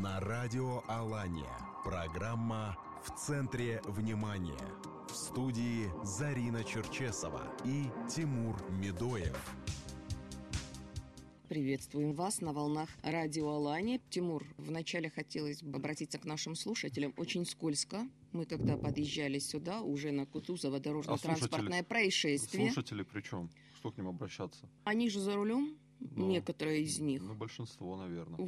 На радио Алания. Программа «В центре внимания». В студии Зарина Черчесова и Тимур Медоев. Приветствуем вас на волнах радио Алания. Тимур, вначале хотелось бы обратиться к нашим слушателям. Очень скользко. Мы когда подъезжали сюда, уже на Кутузово дорожно-транспортное происшествие. Слушатели при чем? Что к ним обращаться? Они же за рулем, некоторые из них. Большинство, наверное.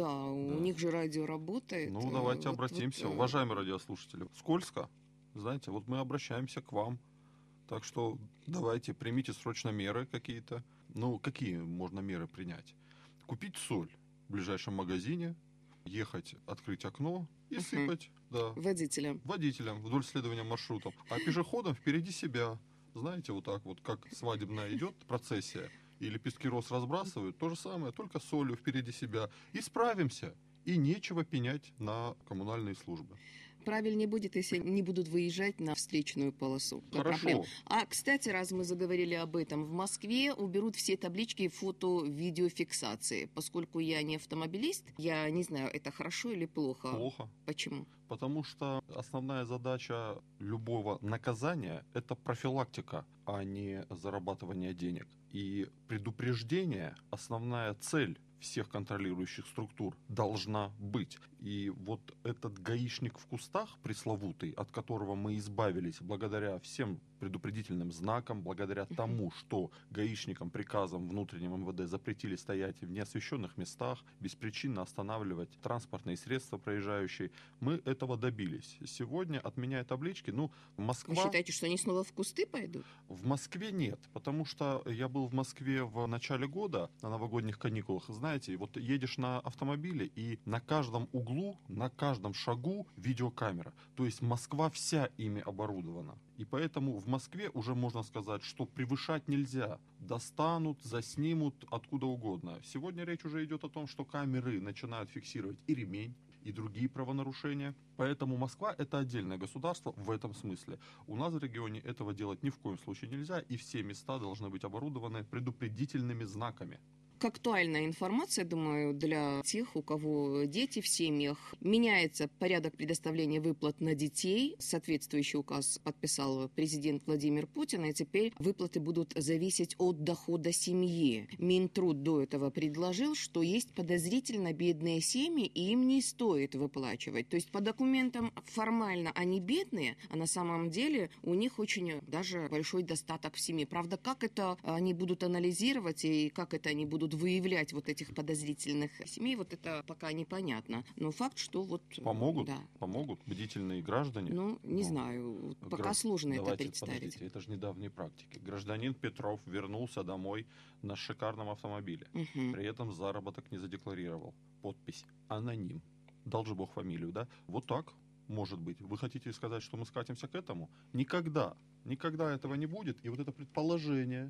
У них же радио работает. Давайте обратимся. Уважаемые радиослушатели, скользко, знаете, мы обращаемся к вам. Так что давайте, примите срочно меры какие-то. Какие можно меры принять? Купить соль в ближайшем магазине, ехать, открыть окно и сыпать. Да. Водителям вдоль следования маршрутов. А пешеходам впереди себя. Знаете, как свадебная идет процессия, и лепестки роз разбрасывают, то же самое, только солью впереди себя. И справимся. И нечего пенять на коммунальные службы. Правильнее будет, если не будут выезжать на встречную полосу. Хорошо. Кстати, раз мы заговорили об этом, в Москве уберут все таблички фото-видеофиксации. Поскольку я не автомобилист, я не знаю, это хорошо или плохо. Плохо. Почему? Потому что основная задача любого наказания – это профилактика, а не зарабатывание денег. И предупреждение – основная цель всех контролирующих структур должна быть. И этот гаишник в кустах пресловутый, от которого мы избавились благодаря всем предупредительным знакам, благодаря тому, что гаишникам приказом внутренним МВД запретили стоять в неосвещенных местах, беспричинно останавливать транспортные средства проезжающие, мы этого добились. Сегодня, отменяя таблички, Москва... Вы считаете, что они снова в кусты пойдут? В Москве нет, потому что я был в Москве в начале года на новогодних каникулах. Знаете, едешь на автомобиле, и на каждом углу, на каждом шагу видеокамера. То есть Москва вся ими оборудована. И поэтому в Москве уже можно сказать, что превышать нельзя. Достанут, заснимут откуда угодно. Сегодня речь уже идет о том, что камеры начинают фиксировать и ремень, и другие правонарушения. Поэтому Москва – это отдельное государство в этом смысле. У нас в регионе этого делать ни в коем случае нельзя, и все места должны быть оборудованы предупредительными знаками. Актуальная информация, думаю, для тех, у кого дети в семьях. Меняется порядок предоставления выплат на детей. Соответствующий указ подписал президент Владимир Путин, и теперь выплаты будут зависеть от дохода семьи. Минтруд до этого предложил, что есть подозрительно бедные семьи, и им не стоит выплачивать. То есть по документам формально они бедные, а на самом деле у них очень даже большой достаток в семье. Правда, как это они будут анализировать и как это они будут выявлять этих подозрительных семей, это пока непонятно. Но факт, что Помогут? Да. Помогут бдительные граждане? Не знаю. Пока сложно это представить. Подождите, это же недавние практики. Гражданин Петров вернулся домой на шикарном автомобиле. При этом заработок не задекларировал. Подпись «Аноним». Дал же Бог фамилию, да? Вот так может быть. Вы хотите сказать, что мы скатимся к этому? Никогда. Никогда этого не будет. И это предположение,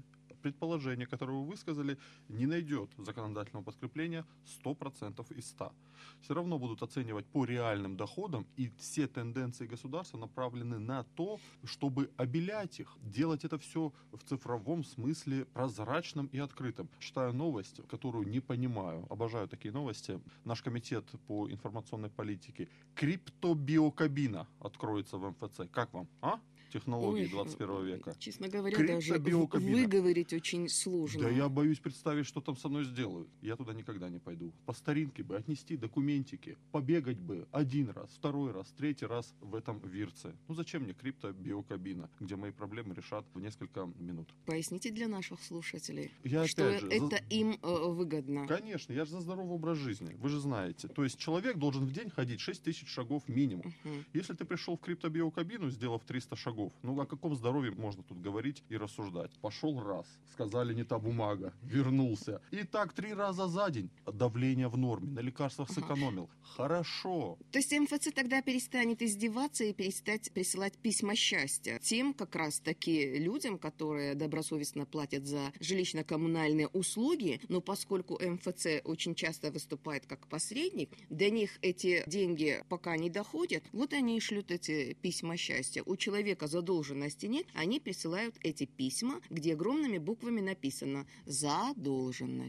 которое вы высказали, не найдет законодательного подкрепления 100% из 100. Все равно будут оценивать по реальным доходам, и все тенденции государства направлены на то, чтобы обелять их, делать это все в цифровом смысле прозрачным и открытым. Читаю новость, которую не понимаю, обожаю такие новости. Наш комитет по информационной политике криптобиокабина откроется в МФЦ. Как вам, технологии 21 века. Честно говоря, даже выговорить очень сложно. Да я боюсь представить, что там со мной сделают. Я туда никогда не пойду. По старинке бы отнести документики, побегать бы один раз, второй раз, третий раз в этом вирце. Зачем мне криптобиокабина, где мои проблемы решат в несколько минут? Поясните для наших слушателей, им выгодно. Конечно, я же за здоровый образ жизни, вы же знаете. То есть человек должен в день ходить 6000 шагов минимум. Если ты пришел в криптобиокабину, сделав 300 шагов, о каком здоровье можно тут говорить и рассуждать? Пошел раз, сказали не та бумага, вернулся. И так 3 раза за день. Давление в норме, на лекарствах сэкономил. Хорошо. То есть МФЦ тогда перестанет издеваться и перестать присылать письма счастья тем как раз таки людям, которые добросовестно платят за жилищно-коммунальные услуги, но поскольку МФЦ очень часто выступает как посредник, до них эти деньги пока не доходят, они и шлют эти письма счастья. У человека задолженности нет, они присылают эти письма, где огромными буквами написано «задолженность».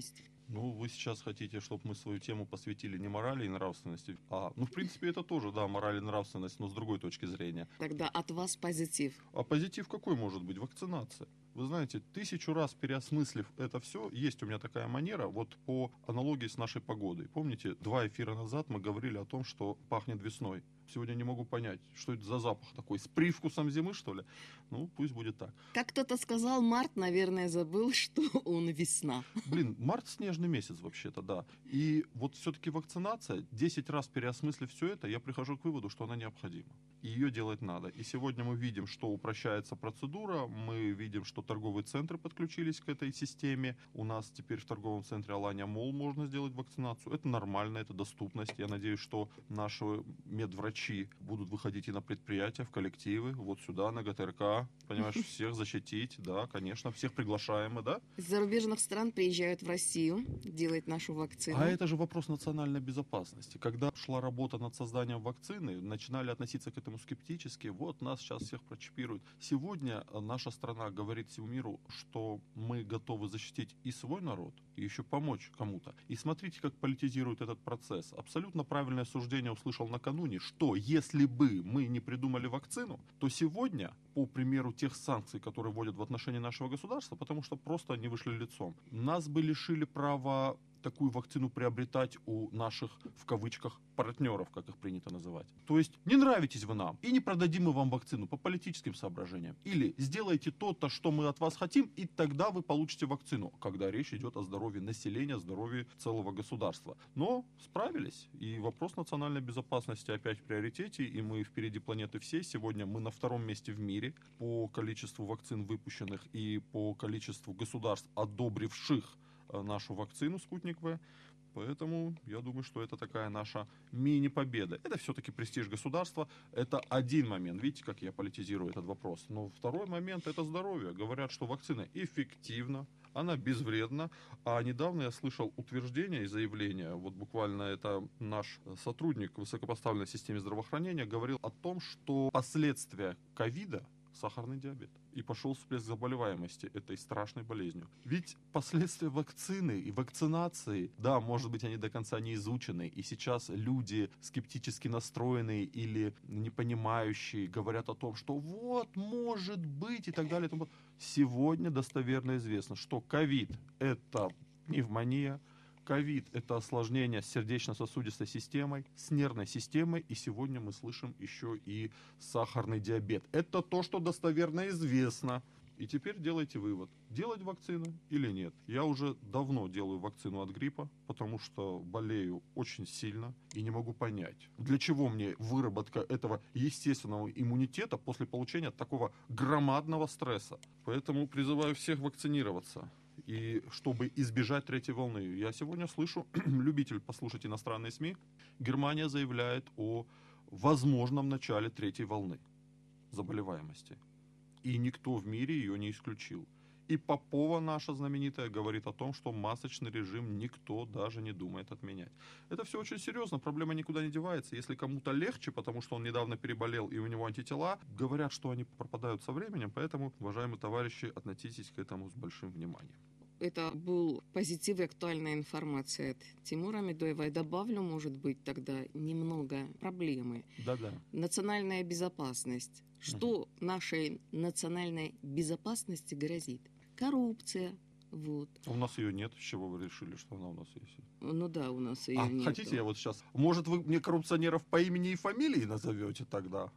Ну, вы сейчас хотите, чтобы мы свою тему посвятили не морали и нравственности, в принципе, это тоже, да, мораль и нравственность, но с другой точки зрения. Тогда от вас позитив. А позитив какой может быть? Вакцинация. Вы знаете, 1000 раз переосмыслив это все, есть у меня такая манера, вот по аналогии с нашей погодой. Помните, 2 эфира назад мы говорили о том, что пахнет весной. Сегодня не могу понять, что это за запах такой, с привкусом зимы, что ли? Ну, пусть будет так. Как кто-то сказал, март, наверное, забыл, что он весна. Март снежный месяц вообще-то, да. И вот все-таки вакцинация, 10 раз переосмыслив все это, я прихожу к выводу, что она необходима. И ее делать надо. И сегодня мы видим, что упрощается процедура, мы видим, что торговые центры подключились к этой системе. У нас теперь в торговом центре Алания Молл можно сделать вакцинацию. Это нормально, это доступность. Я надеюсь, что наши медврачи будут выходить и на предприятия, в коллективы, вот сюда, на ГТРК, понимаешь, всех защитить, да, конечно, всех приглашаем мы, да. Из зарубежных стран приезжают в Россию делать нашу вакцину. А это же вопрос национальной безопасности. Когда шла работа над созданием вакцины, начинали относиться к этому скептически. Вот нас сейчас всех прочипируют. Сегодня наша страна говорит всему миру, что мы готовы защитить и свой народ, и еще помочь кому-то. И смотрите, как политизирует этот процесс. Абсолютно правильное суждение услышал накануне, что если бы мы не придумали вакцину, то сегодня, по примеру тех санкций, которые вводят в отношении нашего государства, потому что просто они вышли лицом, нас бы лишили права такую вакцину приобретать у наших, в кавычках, партнеров, как их принято называть. То есть, не нравитесь вы нам, и не продадим мы вам вакцину по политическим соображениям. Или сделайте то-то, что мы от вас хотим, и тогда вы получите вакцину, когда речь идет о здоровье населения, здоровье целого государства. Но справились, и вопрос национальной безопасности опять в приоритете, и мы впереди планеты всей. Сегодня мы на 2-м месте в мире по количеству вакцин выпущенных и по количеству государств, одобривших нашу вакцину «Спутник В». Поэтому я думаю, что это такая наша мини-победа. Это все-таки престиж государства. Это один момент. Видите, как я политизирую этот вопрос. Но второй момент – это здоровье. Говорят, что вакцина эффективна, она безвредна. А недавно я слышал утверждение и заявление, вот буквально это наш сотрудник высокопоставленной системе здравоохранения говорил о том, что последствия ковида – сахарный диабет. И пошел всплеск заболеваемости этой страшной болезнью. Ведь последствия вакцины и вакцинации, да, может быть, они до конца не изучены. И сейчас люди скептически настроенные или не понимающие говорят о том, что вот, может быть, и так далее. Сегодня достоверно известно, что ковид – это пневмония, ковид – это осложнение с сердечно-сосудистой системой, с нервной системой, и сегодня мы слышим еще и сахарный диабет. Это то, что достоверно известно. И теперь делайте вывод, делать вакцину или нет. Я уже давно делаю вакцину от гриппа, потому что болею очень сильно и не могу понять, для чего мне выработка этого естественного иммунитета после получения такого громадного стресса. Поэтому призываю всех вакцинироваться. И чтобы избежать 3-й волны. Я сегодня слышу, любитель послушать иностранные СМИ, Германия заявляет о возможном начале 3-й волны заболеваемости. И никто в мире ее не исключил. И Попова наша знаменитая говорит о том, что масочный режим никто даже не думает отменять. Это все очень серьезно, проблема никуда не девается. Если кому-то легче, потому что он недавно переболел и у него антитела, говорят, что они пропадают со временем, поэтому, уважаемые товарищи, относитесь к этому с большим вниманием. Это был позитив и актуальная информация от Тимура Медоева. И добавлю, может быть, тогда немного проблемы. Да-да. Национальная безопасность. Что нашей национальной безопасности грозит? Коррупция. Вот. У нас ее нет. С чего вы решили, что она у нас есть? Ну да, у нас ее нет. Хотите, я вот сейчас... Может, вы мне коррупционеров по имени и фамилии назовете тогда?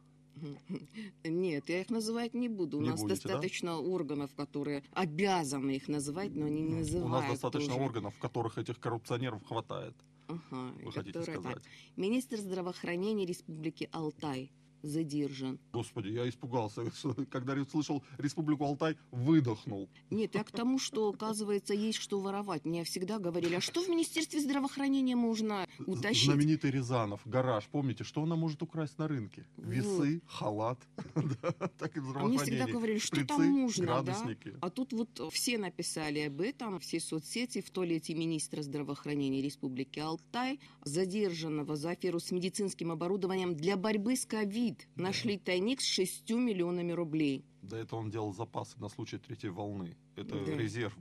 Нет, я их называть не буду. У нас достаточно органов, которые обязаны их называть, но они не называют. У нас достаточно органов, в которых этих коррупционеров хватает. Ага, вы хотите сказать? Так. Министр здравоохранения Республики Алтай задержан. Господи, я испугался, когда услышал Республику Алтай, выдохнул. Нет, я к тому, что, оказывается, есть что воровать. Мне всегда говорили, а что в Министерстве здравоохранения можно утащить? Знаменитый Рязанов, гараж, помните, что она может украсть на рынке? Весы, халат, так и в здравоохранении. Мне всегда говорили, что там нужно, да? А тут вот все написали об этом, все соцсети, в туалете министра здравоохранения Республики Алтай, задержанного за аферу с медицинским оборудованием для борьбы с ковид. Нашли тайник с 6 миллионами рублей. Да это он делал запасы на случай 3-й волны. Это резерв был.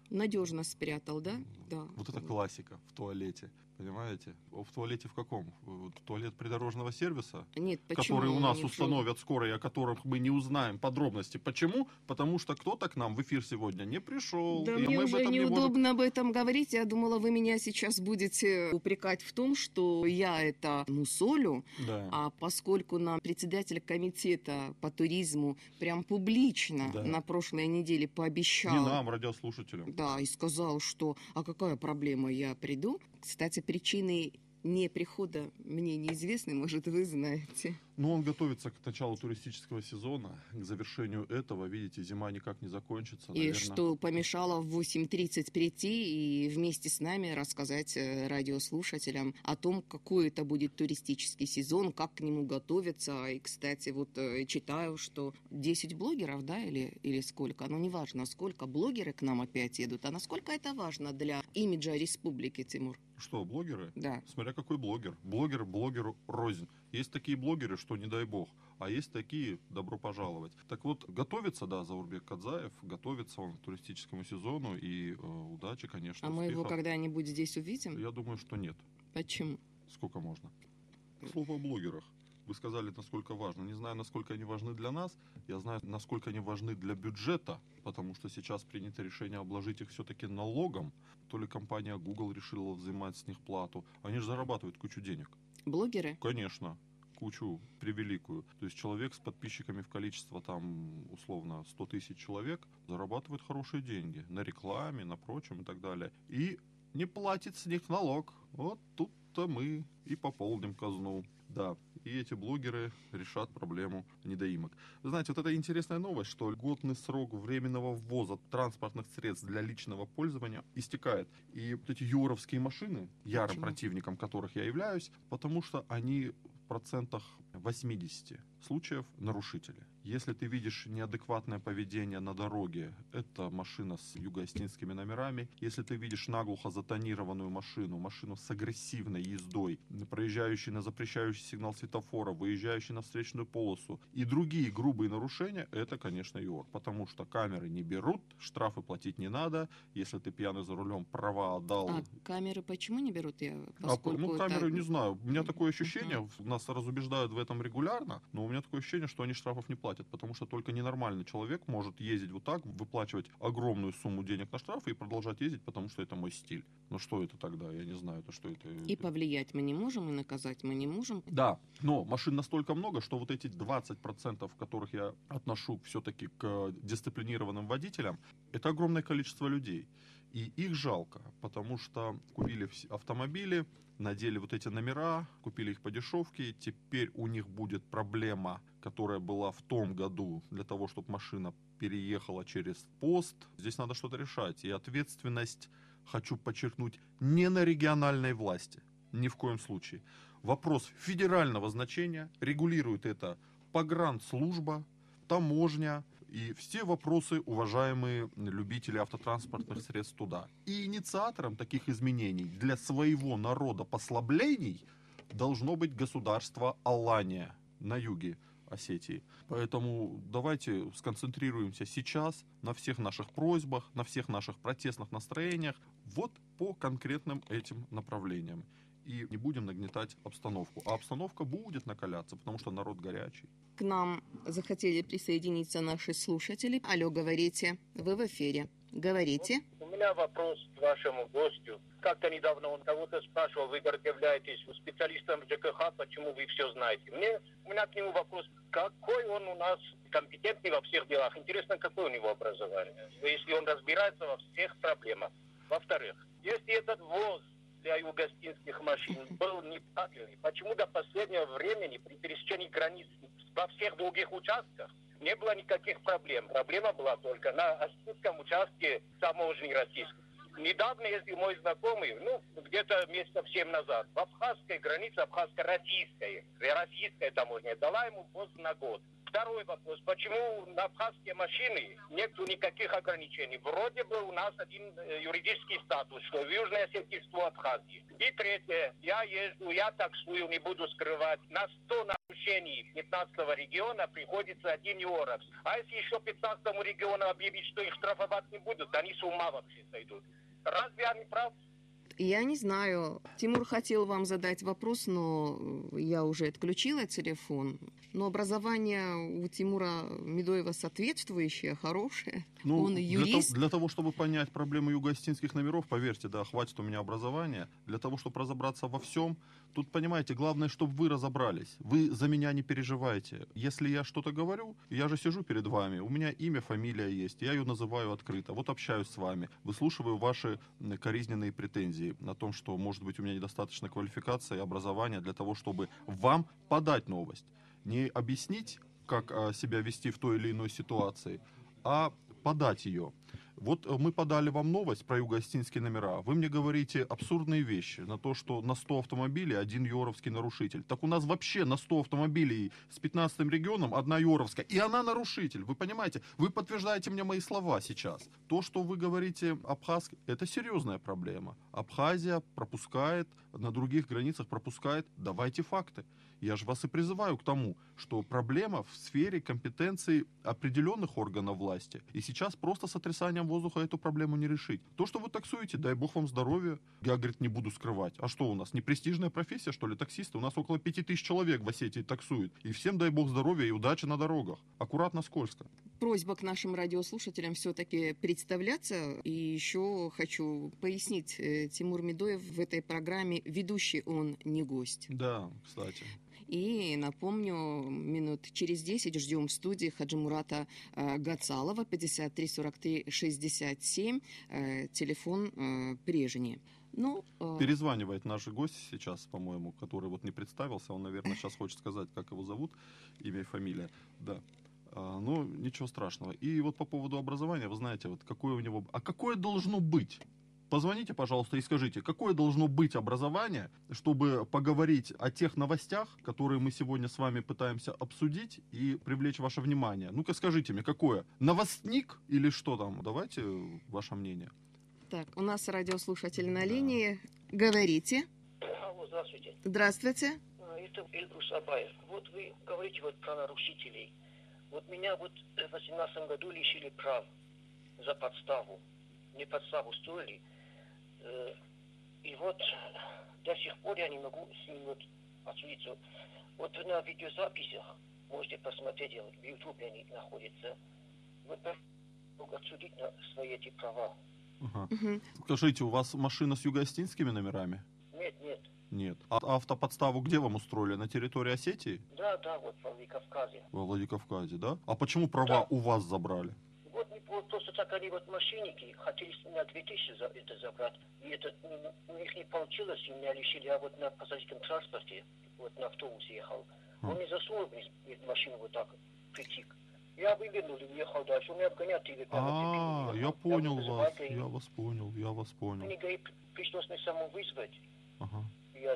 Надежно спрятал, да? Да. Вот это классика в туалете, понимаете? В туалете в каком? В туалет придорожного сервиса? Нет, почему? Который у нас установят скоро, и о которых мы не узнаем подробности. Почему? Потому что кто-то к нам в эфир сегодня не пришел. Да, и мне мы уже неудобно об этом говорить. Я думала, вы меня сейчас будете упрекать в том, что я это мусолю. Да. А поскольку нам председатель комитета по туризму прям публично на прошлой неделе пообещал... Не нам, радиослушателям. Да, и сказал, что «а какая проблема, я приду». Кстати, причины неприхода мне неизвестны, может, вы знаете. Ну, он готовится к началу туристического сезона, к завершению этого. Видите, зима никак не закончится. И наверное... что помешало в 8:30 прийти и вместе с нами рассказать радиослушателям о том, какой это будет туристический сезон, как к нему готовиться. И, кстати, вот читаю, что 10 блогеров, да, или сколько, ну, неважно, сколько блогеры к нам опять едут, а насколько это важно для имиджа республики, Тимур? Что, блогеры? Да. Смотря какой блогер. Блогер блогеру рознь. Есть такие блогеры, что не дай бог, а есть такие, добро пожаловать. Так вот, готовится, да, Заурбек Кадзаев, готовится он к туристическому сезону, и удачи, конечно, А успехов. мы его когда-нибудь здесь увидим? Я думаю, что нет. Почему? Сколько можно? Слово о блогерах. Вы сказали, насколько важно. Не знаю, насколько они важны для нас, я знаю, насколько они важны для бюджета, потому что сейчас принято решение обложить их все-таки налогом. То ли компания Google решила взимать с них плату. Они же зарабатывают кучу денег. Блогеры? Конечно, кучу превеликую. То есть человек с подписчиками в количество там условно 100 тысяч человек зарабатывает хорошие деньги на рекламе, на прочем и так далее. И не платит с них налог. Вот тут-то мы и пополним казну. Да, и эти блогеры решат проблему недоимок. Вы знаете, вот это интересная новость, что льготный срок временного ввоза транспортных средств для личного пользования истекает. И вот эти юровские машины, ярым противником которых я являюсь, потому что они в процентах 80 случаев нарушители. Если ты видишь неадекватное поведение на дороге, это машина с юго-остинскими номерами. Если ты видишь наглухо затонированную машину, машину с агрессивной ездой, проезжающий на запрещающий сигнал светофора, выезжающий на встречную полосу и другие грубые нарушения, это, конечно, ЮР. Потому что камеры не берут, штрафы платить не надо. Если ты пьяный за рулем, права отдал. А камеры почему не берут? Камеры, не знаю. У меня такое ощущение, нас разубеждают в этом регулярно, но у меня такое ощущение, что они штрафов не платят, потому что только ненормальный человек может ездить вот так, выплачивать огромную сумму денег на штрафы и продолжать ездить, потому что это мой стиль. Ну что это тогда? Я не знаю, это что это. И повлиять мы не можем, и наказать мы не можем. Да, но машин настолько много, что вот эти 20%, которых я отношу все-таки к дисциплинированным водителям, это огромное количество людей. И их жалко, потому что купили автомобили, надели вот эти номера, купили их по дешевке, теперь у них будет проблема, которая была в том году, для того, чтобы машина переехала через пост. Здесь надо что-то решать. И ответственность, хочу подчеркнуть, не на региональной власти, ни в коем случае. Вопрос федерального значения, регулирует это погранслужба, таможня, и все вопросы, уважаемые любители автотранспортных средств, туда. И инициатором таких изменений для своего народа послаблений должно быть государство Алания на юге Осетии. Поэтому давайте сконцентрируемся сейчас на всех наших просьбах, на всех наших протестных настроениях, вот по конкретным этим направлениям. И не будем нагнетать обстановку. А обстановка будет накаляться, потому что народ горячий. К нам захотели присоединиться наши слушатели. Алло, говорите, вы в эфире. Говорите. У меня вопрос к вашему гостю. Как-то недавно он кого-то спрашивал, вы, говорит, являетесь специалистом в ЖКХ, почему вы все знаете. У меня к нему вопрос, какой он у нас компетентный во всех делах. Интересно, какое у него образование, если он разбирается во всех проблемах. Во-вторых, если этот ввоз для юго-остинских машин был неправильный, почему до последнего времени при пересечении границ во всех других участках не было никаких проблем? Проблема была только на остинском участке таможни российской. Недавно, если мой знакомый, где-то месяцев 7 назад, в абхазской границе, российская таможня дала ему ввоз на год. Второй вопрос. Почему на абхазские машины нету никаких ограничений? Вроде бы у нас один юридический статус, что в Южной Осетии Абхазии. И третье. Я езжу, я таксую, не буду скрывать, на 100 нарушений течение 15-го региона приходится 1 евро. А если еще 15-му региону объявить, что их штрафовать не будут, они с ума вообще сойдут. Разве они правы? Я не знаю. Тимур хотел вам задать вопрос, но я уже отключила телефон. Но образование у Тимура Медоева соответствующее, хорошее. Он юрист. Для того, чтобы понять проблемы юго-остинских номеров, поверьте, да, хватит у меня образования. Для того, чтобы разобраться во всем, тут, понимаете, главное, чтобы вы разобрались. Вы за меня не переживайте. Если я что-то говорю, я же сижу перед вами, у меня имя, фамилия есть, я ее называю открыто. Вот общаюсь с вами, выслушиваю ваши коризненные претензии на том, что, может быть, у меня недостаточно квалификации и образования для того, чтобы вам подать новость. Не объяснить, как себя вести в той или иной ситуации, а подать ее. Вот мы подали вам новость про юго-остинские номера. Вы мне говорите абсурдные вещи на то, что на 100 автомобилей 1 юровский нарушитель. Так у нас вообще на 100 автомобилей с 15-м регионом 1 юровская. И она нарушитель. Вы понимаете? Вы подтверждаете мне мои слова сейчас. То, что вы говорите абхазский, это серьезная проблема. Абхазия пропускает, на других границах пропускает. Давайте факты. Я же вас и призываю к тому, что проблема в сфере компетенции определенных органов власти. И сейчас просто сотрясанием воздуха эту проблему не решить. То, что вы таксуете, дай бог вам здоровья. Я, говорит, не буду скрывать. А что у нас, не престижная профессия, что ли, таксисты? У нас около 5000 человек в Осетии таксуют. И всем дай бог здоровья и удачи на дорогах. Аккуратно, скользко. Просьба к нашим радиослушателям все-таки представляться. И еще хочу пояснить, Тимур Медоев в этой программе ведущий, он не гость. Да, кстати. И напомню, минут через 10 ждем в студии Хаджимурата Гацалова, 53 43 67, телефон прежний. Перезванивает наш гость сейчас, по-моему, который вот не представился. Он, наверное, сейчас хочет сказать, как его зовут, имя и фамилия. Да. Но ничего страшного. И вот по поводу образования, вы знаете, вот какое у него... А какое должно быть? Позвоните, пожалуйста, и скажите, какое должно быть образование, чтобы поговорить о тех новостях, которые мы сегодня с вами пытаемся обсудить и привлечь ваше внимание. Ну-ка скажите мне, какое? Новостник или что там? Давайте ваше мнение. Так, у нас радиослушатель на линии. Говорите. Алло, здравствуйте. Здравствуйте. Это Эльбрус Абаев. Вот вы говорите вот про нарушителей. Вот меня вот в 2018 году лишили прав за подставу. Не подставу строили. И вот до сих пор я не могу с ним вот отсудиться. Вот на видеозаписях можете посмотреть, в Ютубе они находятся. Вот могу отсудить на свои эти права. Ага. Скажите, у вас машина с юго-остинскими номерами? Нет. Нет. А автоподставу где вам устроили? На территории Осетии? Да, вот во Владикавказе. Во Владикавказе, да? А почему права у вас забрали? Вот просто так они вот мошенники хотели с меня 2000 за это забрать. И это у них не получилось, и меня лишили. Я вот на пассажирском транспорте, вот на автобусе ехал. Он не засунул мне в машину вот так, притик. Я вывернул и уехал дальше. Он меня обгоняет. Я понял вас. Я вас понял. Они говорят, пришлось мне самому вызвать. Ага.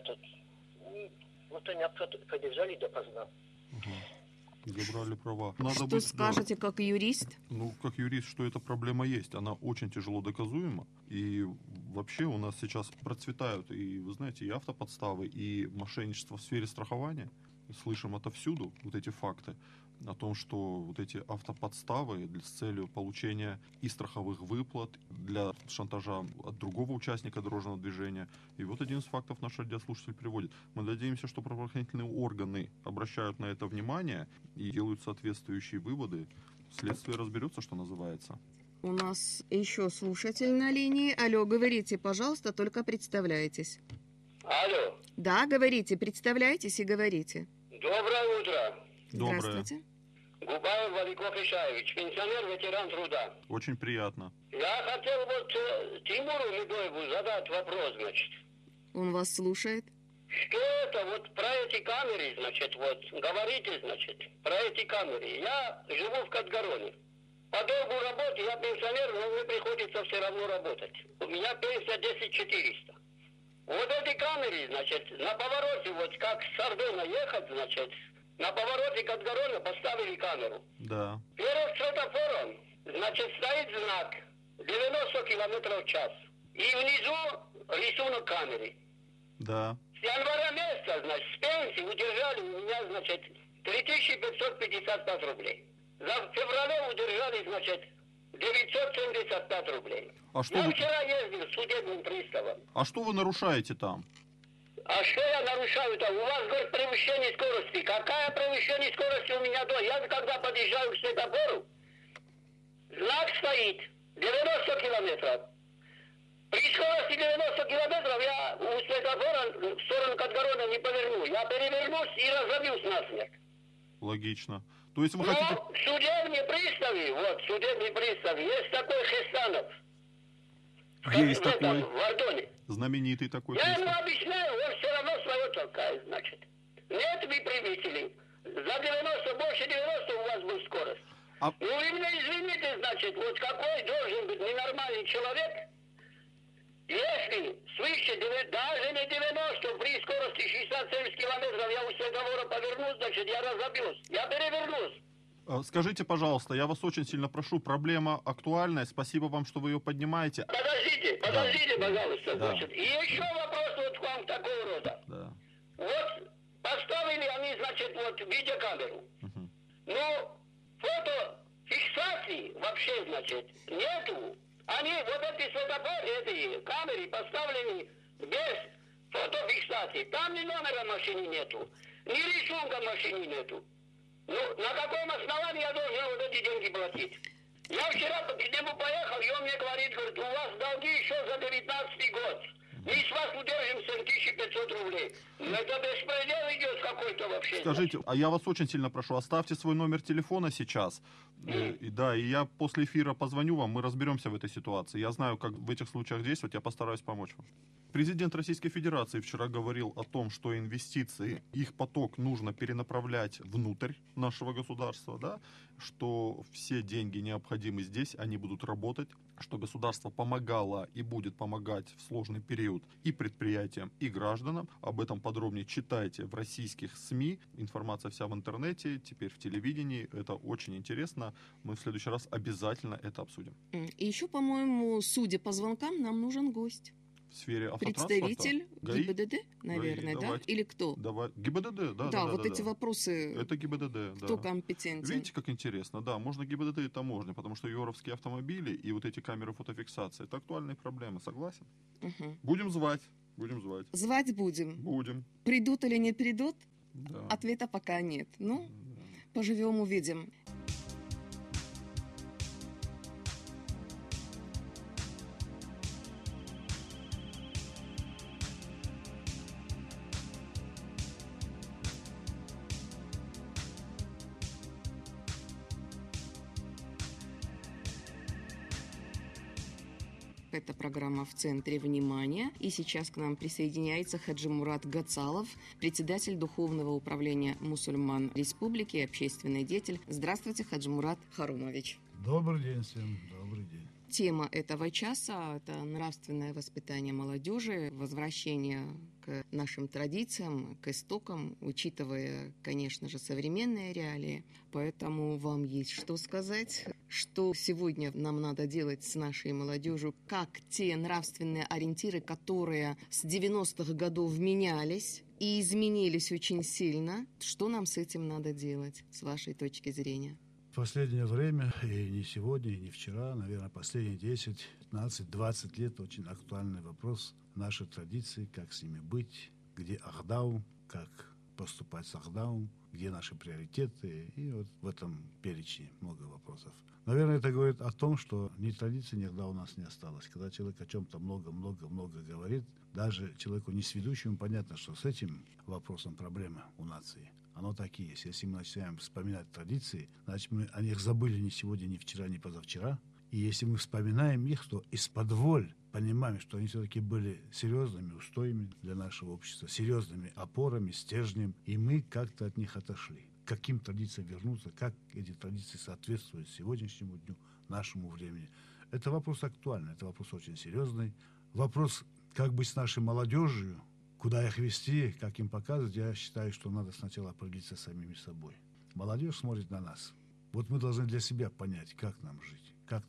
Вот они продержали допоздна. Забрали права. Что скажете, как юрист? Как юрист, что эта проблема есть. Она очень тяжело доказуема. И вообще у нас сейчас процветают, и вы знаете, и автоподставы, и мошенничество в сфере страхования. Слышим отовсюду вот эти факты о том, что вот эти автоподставы с целью получения и страховых выплат, для шантажа от другого участника дорожного движения. И вот один из фактов наш радиослушатель приводит. Мы надеемся, что правоохранительные органы обращают на это внимание и делают соответствующие выводы. Следствие разберется, что называется. У нас еще слушатель на линии. Алло, говорите, пожалуйста, только представляйтесь. Алло. Да, говорите, представляйтесь и говорите. Доброе утро. Доброе. Здравствуйте. Губаев Валиков Ишаевич, пенсионер, ветеран труда. Очень приятно. Я хотел вот Тимуру Медоеву задать вопрос, значит. Он вас слушает. Что это вот про эти камеры, значит, вот, говорите, значит, про эти камеры. Я живу в Катгароне. По долгу работы я пенсионер, но мне приходится все равно работать. У меня пенсия 10 400. Вот эти камеры, значит, на повороте, вот как с Ордона ехать, значит, на повороте Катгарона поставили камеру. Да. Перед светофором, значит, стоит знак 90 км в час. И внизу рисунок камеры. Да. С января месяца, значит, с пенсии удержали у меня, значит, 3555 рублей. За феврале удержали, значит, 975 рублей. А что Я вы... вчера ездил с судебным приставом. А что вы нарушаете там? А что я нарушаю-то? У вас, говорит, превышение скорости. Какая превышение скорости у меня дома? Я когда подъезжаю к светофору, знак стоит 90 километров. При скорости 90 километров я у светофора в сторону Катгорода не поверну. Я перевернусь и разобьюсь насмерть. Логично. То есть вы Но хотите... судебный пристав, есть такой Хестанов. Есть такой. В Ордоне. Знаменитый такой Я ему пристав. объясняю, он все равно свое толкает, значит. Нет, вы превысили. За 90, больше 90 у вас будет скорость. А- Ну, вы меня извините, значит, вот какой должен быть ненормальный человек, если свыше, даже не 90, при скорости 60-70 километров я у светофора повернусь, значит, я разобьюсь. Я перевернусь. Скажите, пожалуйста, я вас очень сильно прошу, проблема актуальная, спасибо вам, что вы ее поднимаете. Подождите, пожалуйста, Да. значит. И еще вопрос вот к вам такого рода. Да. Вот поставили они, значит, вот видеокамеру. Мгм. Но фотофиксации вообще, значит, нету. Они, вот эти светофоры, эти камеры поставлены без фотофиксации. Там ни номера машины нету, ни рисунка машины нету. Ну, на каком основании я должен вот эти деньги платить? Я вчера к нему поехал, и он мне говорит, у вас долги еще за 19 год. Мы с вас удержим 7500 рублей. Это беспредел идет какой-то вообще. Скажите, а я вас очень сильно прошу, оставьте свой номер телефона сейчас. И я после эфира позвоню вам, мы разберемся в этой ситуации. Я знаю, как в этих случаях действовать, я постараюсь помочь вам. Президент Российской Федерации вчера говорил о том, что инвестиции, их поток нужно перенаправлять внутрь нашего государства, да, что все деньги необходимы здесь, они будут работать, что государство помогало и будет помогать в сложный период и предприятиям, и гражданам. Об этом подробнее читайте в российских СМИ. Информация вся в интернете, теперь в телевидении. Это очень интересно. Мы в следующий раз обязательно это обсудим. И еще, по-моему, судя по звонкам, нам нужен гость. В сфере автотранспорта. Представитель ГАИ? ГИБДД, наверное, ГАИ, да? давайте. Или кто? Давай. ГИБДД, да. Да, вот эти вопросы, Это ГИБДД, кто да. компетентен. Видите, как интересно? Да, можно ГИБДД и таможня, потому что юровские автомобили и вот эти камеры фотофиксации — это актуальные проблемы, согласен? Угу. Будем звать. Будем звать. Звать будем. Будем. Придут или не придут? Да. Ответа пока нет. Ну, Да. поживем, увидим. Это программа «В центре внимания». И сейчас к нам присоединяется Хаджимурат Гацалов, председатель Духовного управления мусульман Республики, общественный деятель. Здравствуйте, Хаджимурат Харумович. Добрый день всем, добрый день. Тема этого часа – это нравственное воспитание молодежи, возвращение к нашим традициям, к истокам, учитывая, конечно же, современные реалии. Поэтому вам есть что сказать, что сегодня нам надо делать с нашей молодежью, как те нравственные ориентиры, которые с 90-х годов менялись и изменились очень сильно, что нам с этим надо делать, с вашей точки зрения? В последнее время, и не сегодня, и не вчера, наверное, последние 10, 15, 20 лет очень актуальный вопрос нашей традиции, как с ними быть, где Ахдаум, как поступать с Ахдаум, где наши приоритеты, и вот в этом перечне много вопросов. Наверное, это говорит о том, что ни традиции никогда у нас не осталось. Когда человек о чем-то много-много-много говорит, даже человеку несведущему понятно, что с этим вопросом проблема у нации. Оно так и есть. Если мы начинаем вспоминать традиции, значит, мы о них забыли ни сегодня, ни вчера, ни позавчера. И если мы вспоминаем их, то из-под понимаем, что они все-таки были серьезными устоями для нашего общества, серьезными опорами, стержнем, и мы как-то от них отошли. К каким традициям вернуться, как эти традиции соответствуют сегодняшнему дню, нашему времени. Это вопрос актуальный, это вопрос очень серьезный. Вопрос, как быть с нашей молодежью, куда их вести, как им показывать, я считаю, что надо сначала определиться с самими собой. Молодежь смотрит на нас. Вот мы должны для себя понять, как нам жить, как нам,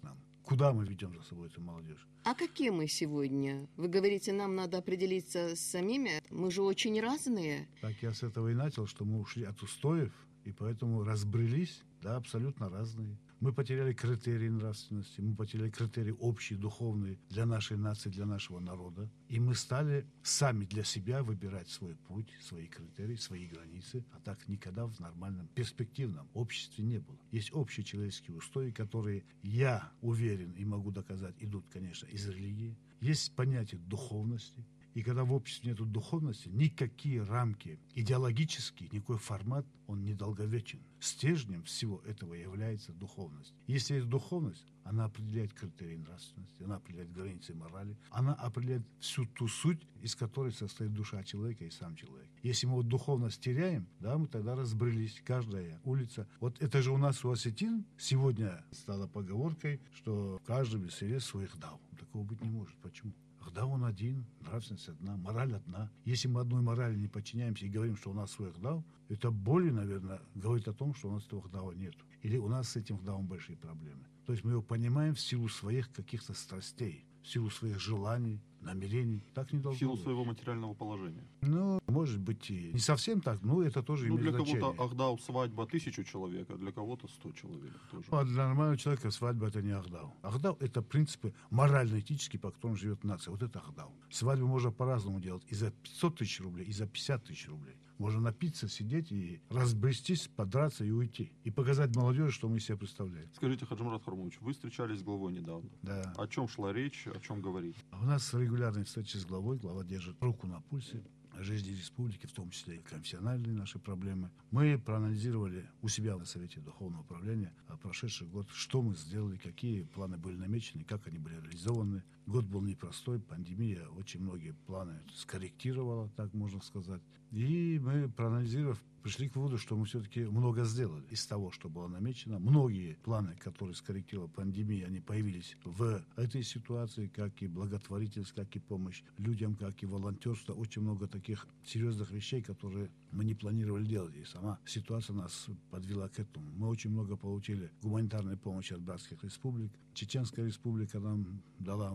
Куда мы ведем за собой эту молодежь? А какие мы сегодня? Вы говорите, нам надо определиться с самими. Мы же очень разные. Так я с этого и начал, что мы ушли от устоев, и поэтому разбрелись, да, абсолютно разные. Мы потеряли критерии нравственности, мы потеряли критерии общие, духовные для нашей нации, для нашего народа. И мы стали сами для себя выбирать свой путь, свои критерии, свои границы. А так никогда в нормальном, перспективном обществе не было. Есть общие человеческие устои, которые, я уверен и могу доказать, идут, конечно, из религии. Есть понятие духовности. И когда в обществе нет духовности, никакие рамки идеологические, никакой формат, он недолговечен. Стержнем всего этого является духовность. Если есть духовность, она определяет критерии нравственности, она определяет границы морали, она определяет всю ту суть, из которой состоит душа человека и сам человек. Если мы вот духовность теряем, да, мы тогда разбрелись, каждая улица. Вот это же у нас у осетин сегодня стало поговоркой, что в каждом селе свой хдау. Такого быть не может. Почему? Хдау он один, нравственность одна, мораль одна. Если мы одной морали не подчиняемся и говорим, что у нас свой хдау, это более, наверное, говорит о том, что у нас этого хдауа нет. Или у нас с этим хдауом большие проблемы. То есть мы его понимаем в силу своих каких-то страстей, в силу своих желаний, намерений. Так не должно быть. В силу своего материального положения. Ну, может быть, и не совсем так, но это тоже имеет значение. Для кого-то Ахдау свадьба 1000 человек, а для кого-то 100 человек тоже. А для нормального человека свадьба это не Ахдау. Ахдау это принципы морально-этические, по которым живет нация. Вот это Ахдау. Свадьбу можно по-разному делать. И за 500 тысяч рублей, и за 50 тысяч рублей. Можно напиться, сидеть и разбрестись, подраться и уйти. И показать молодежи, что мы из себя представляем. Скажите, Хаджимурат Хармович, вы встречались с главой недавно. Да. О чем шла речь, о чем говорить? У нас регулярные встречи с главой. Глава держит руку на пульсе жизни республики, в том числе и конфессиональные наши проблемы. Мы проанализировали у себя на Совете Духовного управления прошедший год, что мы сделали, какие планы были намечены, как они были реализованы. Год был непростой, пандемия очень многие планы скорректировала, так можно сказать. И мы, проанализировав, пришли к выводу, что мы все-таки много сделали из того, что было намечено. Многие планы, которые скорректировала пандемия, они появились в этой ситуации, как и благотворительность, как и помощь людям, как и волонтерство. Очень много таких серьезных вещей, которые мы не планировали делать. И сама ситуация нас подвела к этому. Мы очень много получили гуманитарной помощи от братских республик. Чеченская республика нам дала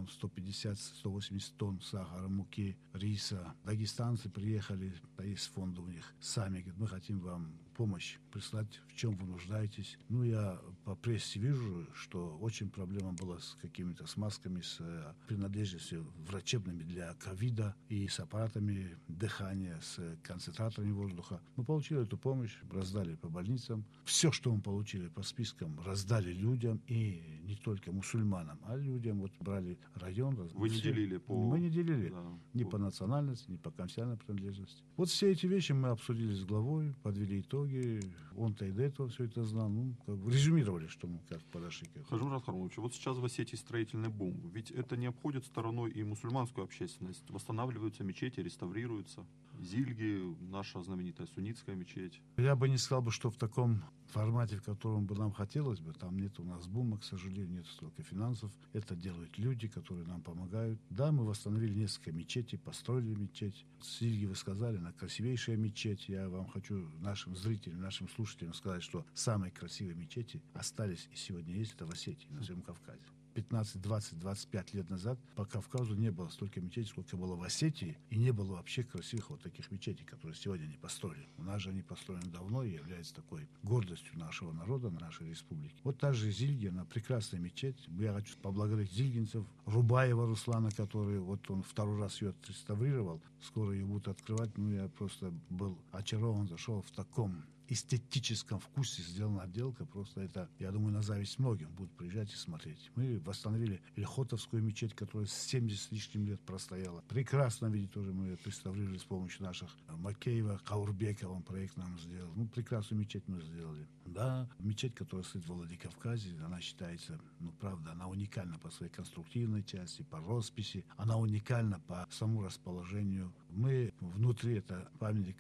150-180 тонн сахара, муки, риса. Дагестанцы приехали, есть фонды у них сами, говорят, мы хотим вам помощь прислать, в чем вы нуждаетесь. Ну, я по прессе вижу, что очень проблема была с какими-то масками, с принадлежностью врачебными для ковида и с аппаратами дыхания, с концентраторами воздуха. Мы получили эту помощь, раздали по больницам. Все, что мы получили по спискам, раздали людям, и не только мусульманам, а людям. Вот брали район. Вы не делили по... Мы не делили. Да, ни по национальности, ни по конфессиональной принадлежности. Вот все эти вещи мы обсудили с главой, подвели итоги. Он-то и до этого все это знал. Ну, как бы резюмировали, что мы как подошли к этому. Хаджимурат Хармович, вот сейчас в Осетии строительный бум. Ведь это не обходит стороной и мусульманскую общественность. Восстанавливаются мечети, реставрируются. Зильги, наша знаменитая суннитская мечеть. Я бы не сказал, что в таком формате, в котором бы нам хотелось бы, там нет у нас бума, к сожалению, нет столько финансов. Это делают люди, которые нам помогают. Да, мы восстановили несколько мечетей, построили мечеть. Зильги вы сказали, она красивейшая мечеть. Я вам хочу нашим зрителям, нашим слушателям сказать, что самые красивые мечети остались и сегодня есть это в Осетии, на Северном Кавказе. 15, 20, 25 лет назад по Кавказу не было столько мечетей, сколько было в Осетии, и не было вообще красивых вот таких мечетей, которые сегодня они построили. У нас же они построены давно и являются такой гордостью нашего народа, нашей республики. Вот та же Зильги, она прекрасная мечеть. Я хочу поблагодарить зильгинцев, Рубаева Руслана, который вот он второй раз ее отреставрировал. Скоро ее будут открывать. Ну, я просто был очарован, зашел в таком эстетическом вкусе сделана отделка. Просто это, я думаю, на зависть многим будут приезжать и смотреть. Мы восстановили Ильхотовскую мечеть, которая 70 с лишним лет простояла. Прекрасно видеть тоже мы ее реставрировали с помощью наших Макеева, Каурбека, он проект нам сделал. Ну, прекрасную мечеть мы сделали. Да, мечеть, которая стоит в Владикавказе, она считается, ну, правда, она уникальна по своей конструктивной части, по росписи, она уникальна по самому расположению. Мы внутри, это памятник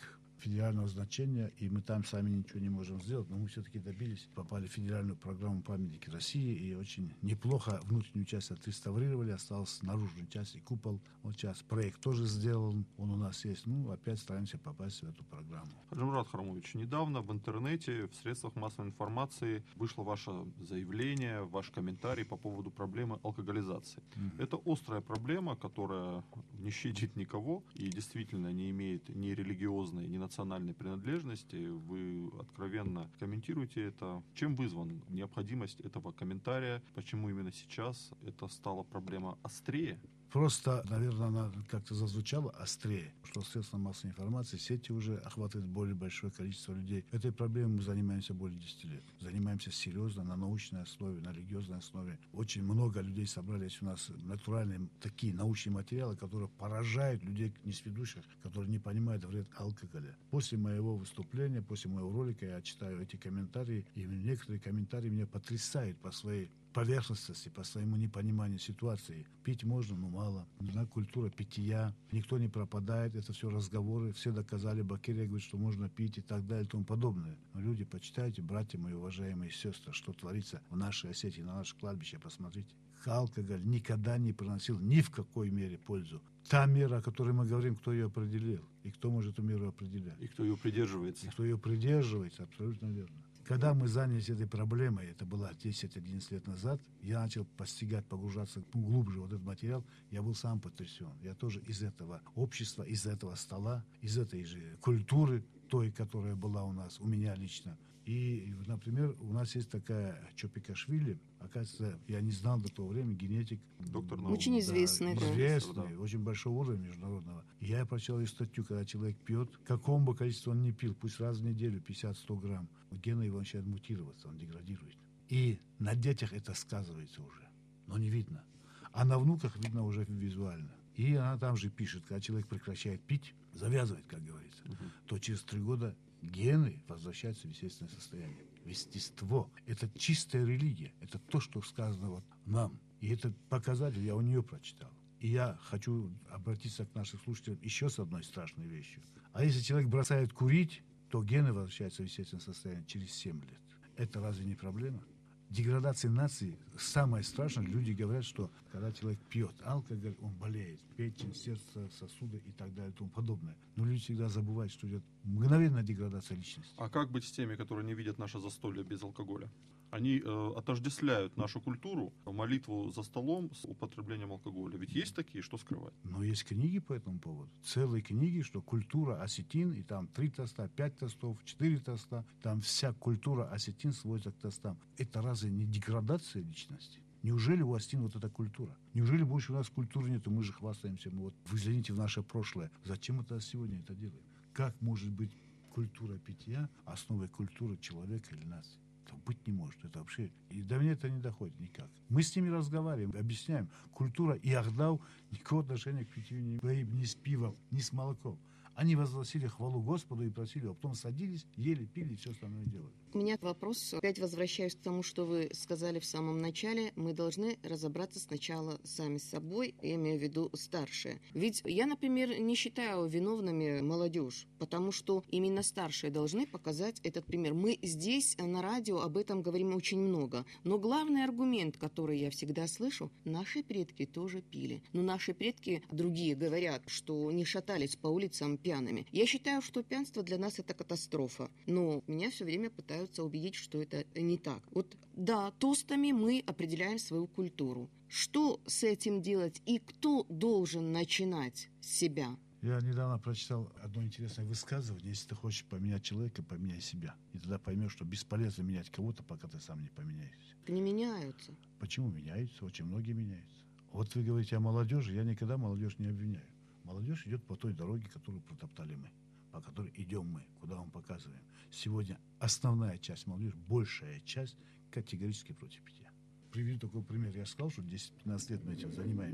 федерального значения, и мы там сами ничего не можем сделать, но мы все-таки добились, попали в федеральную программу памятники России, и очень неплохо внутреннюю часть отреставрировали, осталась наружную часть и купол. Вот сейчас проект тоже сделан, он у нас есть, опять стараемся попасть в эту программу. Хаджимурат Хармович, недавно в интернете, в средствах массовой информации вышло ваше заявление, ваш комментарий по поводу проблемы алкоголизации. Это острая проблема, которая не щадит никого и действительно не имеет ни религиозной, ни национальной принадлежности. Вы откровенно комментируете это. Чем вызвана необходимость этого комментария? Почему именно сейчас это стала проблема острее? Просто, наверное, она как-то зазвучала острее, что средства массовой информации, сети уже охватывают более большое количество людей. Этой проблемой мы занимаемся более 10 лет. Занимаемся серьезно, на научной основе, на религиозной основе. Очень много людей собрались у нас, натуральные такие научные материалы, которые поражают людей несведущих, которые не понимают вред алкоголя. После моего выступления, после моего ролика я читаю эти комментарии, и некоторые комментарии меня потрясают по своей поверхностности, по своему непониманию ситуации. Пить можно, но мало. Нужна культура питья. Никто не пропадает. Это все разговоры. Все доказали. Бакерия говорит, что можно пить и так далее и тому подобное. Но люди, почитайте, братья мои, уважаемые сестры, что творится в нашей Осетии, на наше кладбище. Посмотрите. Алкоголь никогда не приносил ни в какой мере пользу. Та мера, о которой мы говорим, кто ее определил. И кто может эту меру определять. И кто ее придерживается. И кто ее придерживается, абсолютно верно. Когда мы занялись этой проблемой, это было 10-11 лет назад, я начал постигать, погружаться глубже в этот материал, я был сам потрясен. Я тоже из этого общества, из этого стола, из этой же культуры, той, которая была у нас, у меня лично. И, например, у нас есть такая Чопикашвили, оказывается, я не знал до того времени, генетик. Доктор наук. Очень известный, да. Известный, очень большого уровня международного. Я прочитал ее статью, когда человек пьет, какому бы количеству он не пил, пусть раз в неделю, 50-100 грамм, гены его начинают мутироваться, он деградирует. И на детях это сказывается уже, но не видно. А на внуках видно уже визуально. И она там же пишет, когда человек прекращает пить, завязывает, как говорится, то через 3 года гены возвращаются в естественное состояние. Естество – это чистая религия. Это то, что сказано вот нам. И этот показатель я у нее прочитал. И я хочу обратиться к нашим слушателям еще с одной страшной вещью. А если человек бросает курить, то гены возвращаются в естественное состояние через 7 лет. Это разве не проблема? Деградация нации самое страшное. Люди говорят, что когда человек пьет алкоголь, он болеет. Печень, сердце, сосуды и так далее и тому подобное. Но люди всегда забывают, что идет мгновенная деградация личности. А как быть с теми, которые не видят наше застолье без алкоголя? Они отождествляют нашу культуру, молитву за столом с употреблением алкоголя. Ведь есть такие, что скрывать? Но есть книги по этому поводу. Целые книги, что культура осетин, и там 3 тоста, 5 тостов, 4 тоста. Там вся культура осетин сводится к тостам. Это разве не деградация личности? Неужели у осетин вот эта культура? Неужели больше у нас культуры нет? Мы же хвастаемся. Мы вот взгляните в наше прошлое. Зачем это сегодня это делаем? Как может быть культура питья основой культуры человека или нации? Быть не может. Это вообще... И до меня это не доходит никак. Мы с ними разговариваем, объясняем. Культура и Ахдау никакого отношения к питью не имеет ни с пивом, ни с молоком. Они возносили хвалу Господу и просили, а потом садились, ели, пили и все остальное делали. У меня вопрос. Опять возвращаюсь к тому, что вы сказали в самом начале. Мы должны разобраться сначала сами с собой, я имею в виду старшие. Ведь я, например, не считаю виновными молодежь, потому что именно старшие должны показать этот пример. Мы здесь на радио об этом говорим очень много. Но главный аргумент, который я всегда слышу, наши предки тоже пили. Но наши предки, другие говорят, что не шатались по улицам пьяными. Я считаю, что пьянство для нас это катастрофа. Но меня все время пытаются убедить, что это не так. Вот да, тостами мы определяем свою культуру. Что с этим делать и кто должен начинать с себя? Я недавно прочитал одно интересное высказывание. Если ты хочешь поменять человека, поменяй себя. И тогда поймешь, что бесполезно менять кого-то, пока ты сам не поменяешься. Не меняются. Почему меняются? Очень многие меняются. Вот вы говорите о молодежи. Я никогда молодежь не обвиняю. Молодежь идет по той дороге, которую протоптали мы, по которой идем мы, куда мы показываем. Сегодня основная часть молодежи, большая часть, категорически против питья. Приведу такой пример. Я сказал, что 10-15 лет мы этим занимаемся.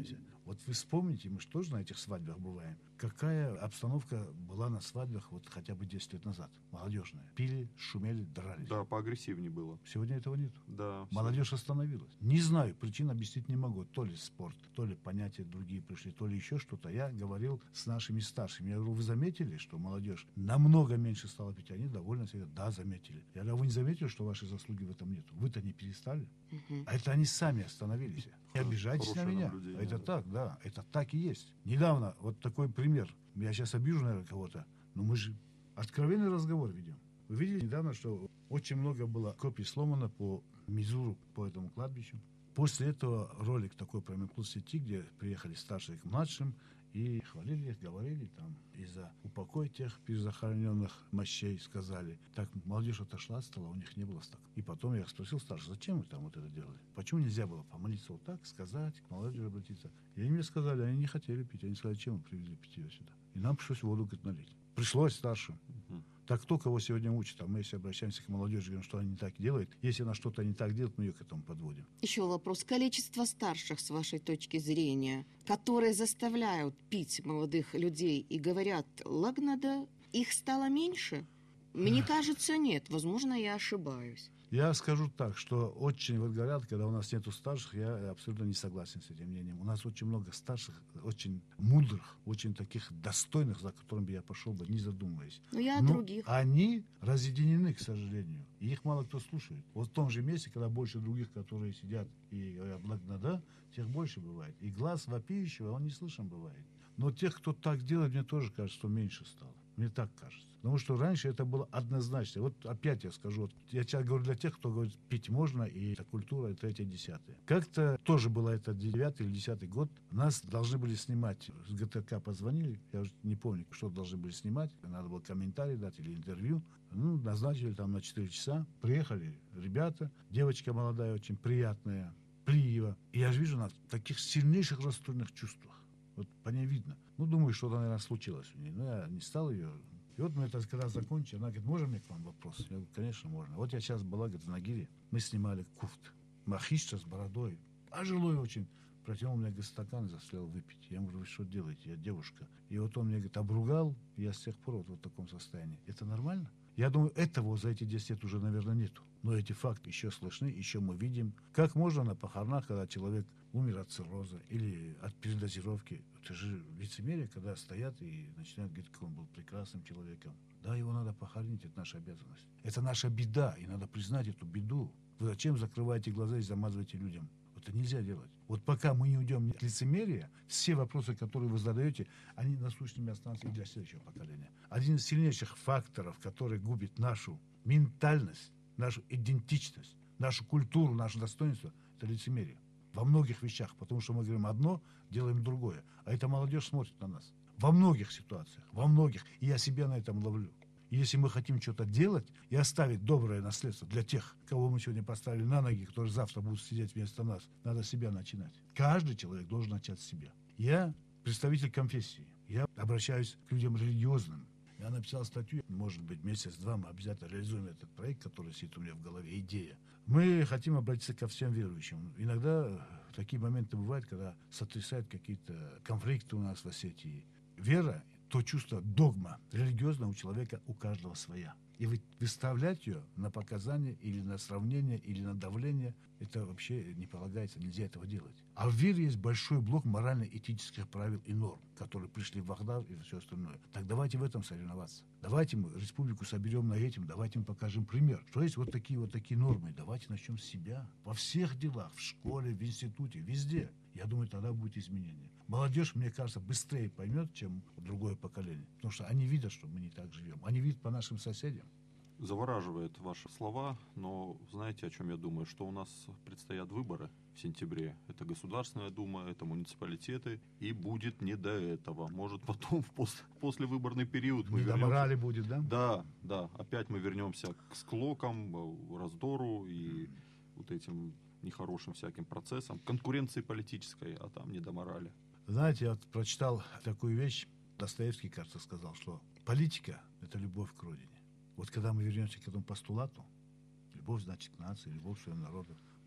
Вот вы вспомните, мы же тоже на этих свадьбах бываем. Какая обстановка была на свадьбах вот хотя бы 10 лет назад? Молодежная. Пили, шумели, дрались. Да, поагрессивнее было. Сегодня этого нет. Да. Молодежь остановилась. Не знаю, причин объяснить не могу. То ли спорт, то ли понятия другие пришли, то ли еще что-то. Я говорил с нашими старшими. Я говорю, вы заметили, что молодежь намного меньше стала пить? Они довольно себя, да, заметили. Я говорю, а вы не заметили, что вашей заслуги в этом нет? Вы-то не перестали. А это они сами остановились. Не обижайтесь на меня. Это так, да. Это так и есть. Недавно, вот такой пример. Я сейчас обижу, наверное, кого-то. Но мы же откровенный разговор ведем. Вы видели недавно, что очень много было копий сломано по Мизуру, по этому кладбищу. После этого ролик такой промелькнул в сети, где приехали старшие к младшим и хвалили их, говорили там, и за упокой тех перезахороненных мощей сказали. Так молодежь отошла от стола, у них не было стака. И потом я спросил старших, зачем вы там вот это делали? Почему нельзя было помолиться вот так, сказать, к молодежи обратиться? И они мне сказали, они не хотели пить. Они сказали, зачем вы привезли питье сюда? И нам пришлось воду, говорит, налить. Пришлось старшим. Так кто кого сегодня учит? А мы, если обращаемся к молодежи, говорим, что они не так делают. Если она что-то не так делает, мы ее к этому подводим. Еще вопрос. Количество старших, с вашей точки зрения, которые заставляют пить молодых людей и говорят «лагнада», их стало меньше? Мне кажется, нет. Возможно, я ошибаюсь. Я скажу так, что очень, вот говорят, когда у нас нету старших, я абсолютно не согласен с этим мнением. У нас очень много старших, очень мудрых, очень таких достойных, за которыми бы я пошел бы, не задумываясь. Но я о других. Они разъединены, к сожалению. И их мало кто слушает. Вот в том же месте, когда больше других, которые сидят и говорят «лагнада», тех больше бывает. И глаз вопиющего, он не слышен бывает. Но тех, кто так делает, мне тоже кажется, что меньше стало. Мне так кажется. Потому что раньше это было однозначно. Вот опять я скажу, вот я сейчас говорю для тех, кто говорит, пить можно, и это культура, и 3-10. Как-то тоже было это 9 или 10 год. Нас должны были снимать, с ГТК позвонили, я уже не помню, что должны были снимать. Надо было комментарий дать или интервью. Назначили там на 4 часа. Приехали ребята, девочка молодая, очень приятная, Плиева. И я же вижу на таких сильнейших расстроенных чувствах. Вот по ней видно. Думаю, что-то, наверное, случилось у нее. Но я не стал ее. И вот мы это когда закончили, она говорит, можно мне к вам вопрос? Я говорю, конечно, можно. Вот я сейчас была, говорит, в Нагире. Мы снимали куфт. Махища с бородой. Пожилой очень. Протянул мне, говорит, стакан и заставил выпить. Я ему говорю, вы что делаете? Я девушка. И вот он мне, говорит, обругал. И я с тех пор вот в таком состоянии. Это нормально? Я думаю, этого за эти 10 лет уже, наверное, нету. Но эти факты еще слышны, еще мы видим. Как можно на похоронах, когда человек умер от цирроза или от передозировки. Это же лицемерие, когда стоят и начинают говорить, как он был прекрасным человеком. Да, его надо похоронить, это наша обязанность. Это наша беда, и надо признать эту беду. Вы зачем закрываете глаза и замазываете людям? Это нельзя делать. Вот пока мы не уйдем от лицемерия, все вопросы, которые вы задаете, они насущными останутся и для следующего поколения. Один из сильнейших факторов, который губит нашу ментальность, нашу идентичность, нашу культуру, наше достоинство, это лицемерие. Во многих вещах, потому что мы говорим одно, делаем другое. А эта молодежь смотрит на нас. Во многих ситуациях, во многих. И я себя на этом ловлю. И если мы хотим что-то делать и оставить доброе наследство для тех, кого мы сегодня поставили на ноги, которые завтра будут сидеть вместо нас, надо с себя начинать. Каждый человек должен начать с себя. Я представитель конфессии. Я обращаюсь к людям религиозным. Я написал статью, может быть, месяц-два мы обязательно реализуем этот проект, который сидит у меня в голове, идея. Мы хотим обратиться ко всем верующим. Иногда такие моменты бывают, когда сотрясают какие-то конфликты у нас в Осетии. Вера, то чувство, догма религиозная у человека, у каждого своя. И выставлять ее на показания или на сравнение, или на давление, это вообще не полагается, нельзя этого делать. А в вере есть большой блок морально-этических правил и норм, которые пришли в Вахдар и все остальное. Так давайте в этом соревноваться. Давайте мы республику соберем на этим, давайте мы покажем пример. Что есть вот такие нормы. Давайте начнем с себя. Во всех делах, в школе, в институте, везде. Я думаю, тогда будет изменение. Молодежь, мне кажется, быстрее поймет, чем другое поколение. Потому что они видят, что мы не так живем. Они видят по нашим соседям. Завораживает ваши слова, но знаете, о чем я думаю? Что у нас предстоят выборы в сентябре. Это Государственная Дума, это муниципалитеты, и будет не до этого. Может, потом в послевыборный период мы вернемся. Морали будет, да? Да. Опять мы вернемся к склокам, раздору и вот этим нехорошим всяким процессам, конкуренции политической, а там не до морали. Знаете, я прочитал такую вещь. Достоевский, кажется, сказал, что политика – это любовь к родине. Вот когда мы вернемся к этому постулату, любовь значит к нации, любовь к своему народу,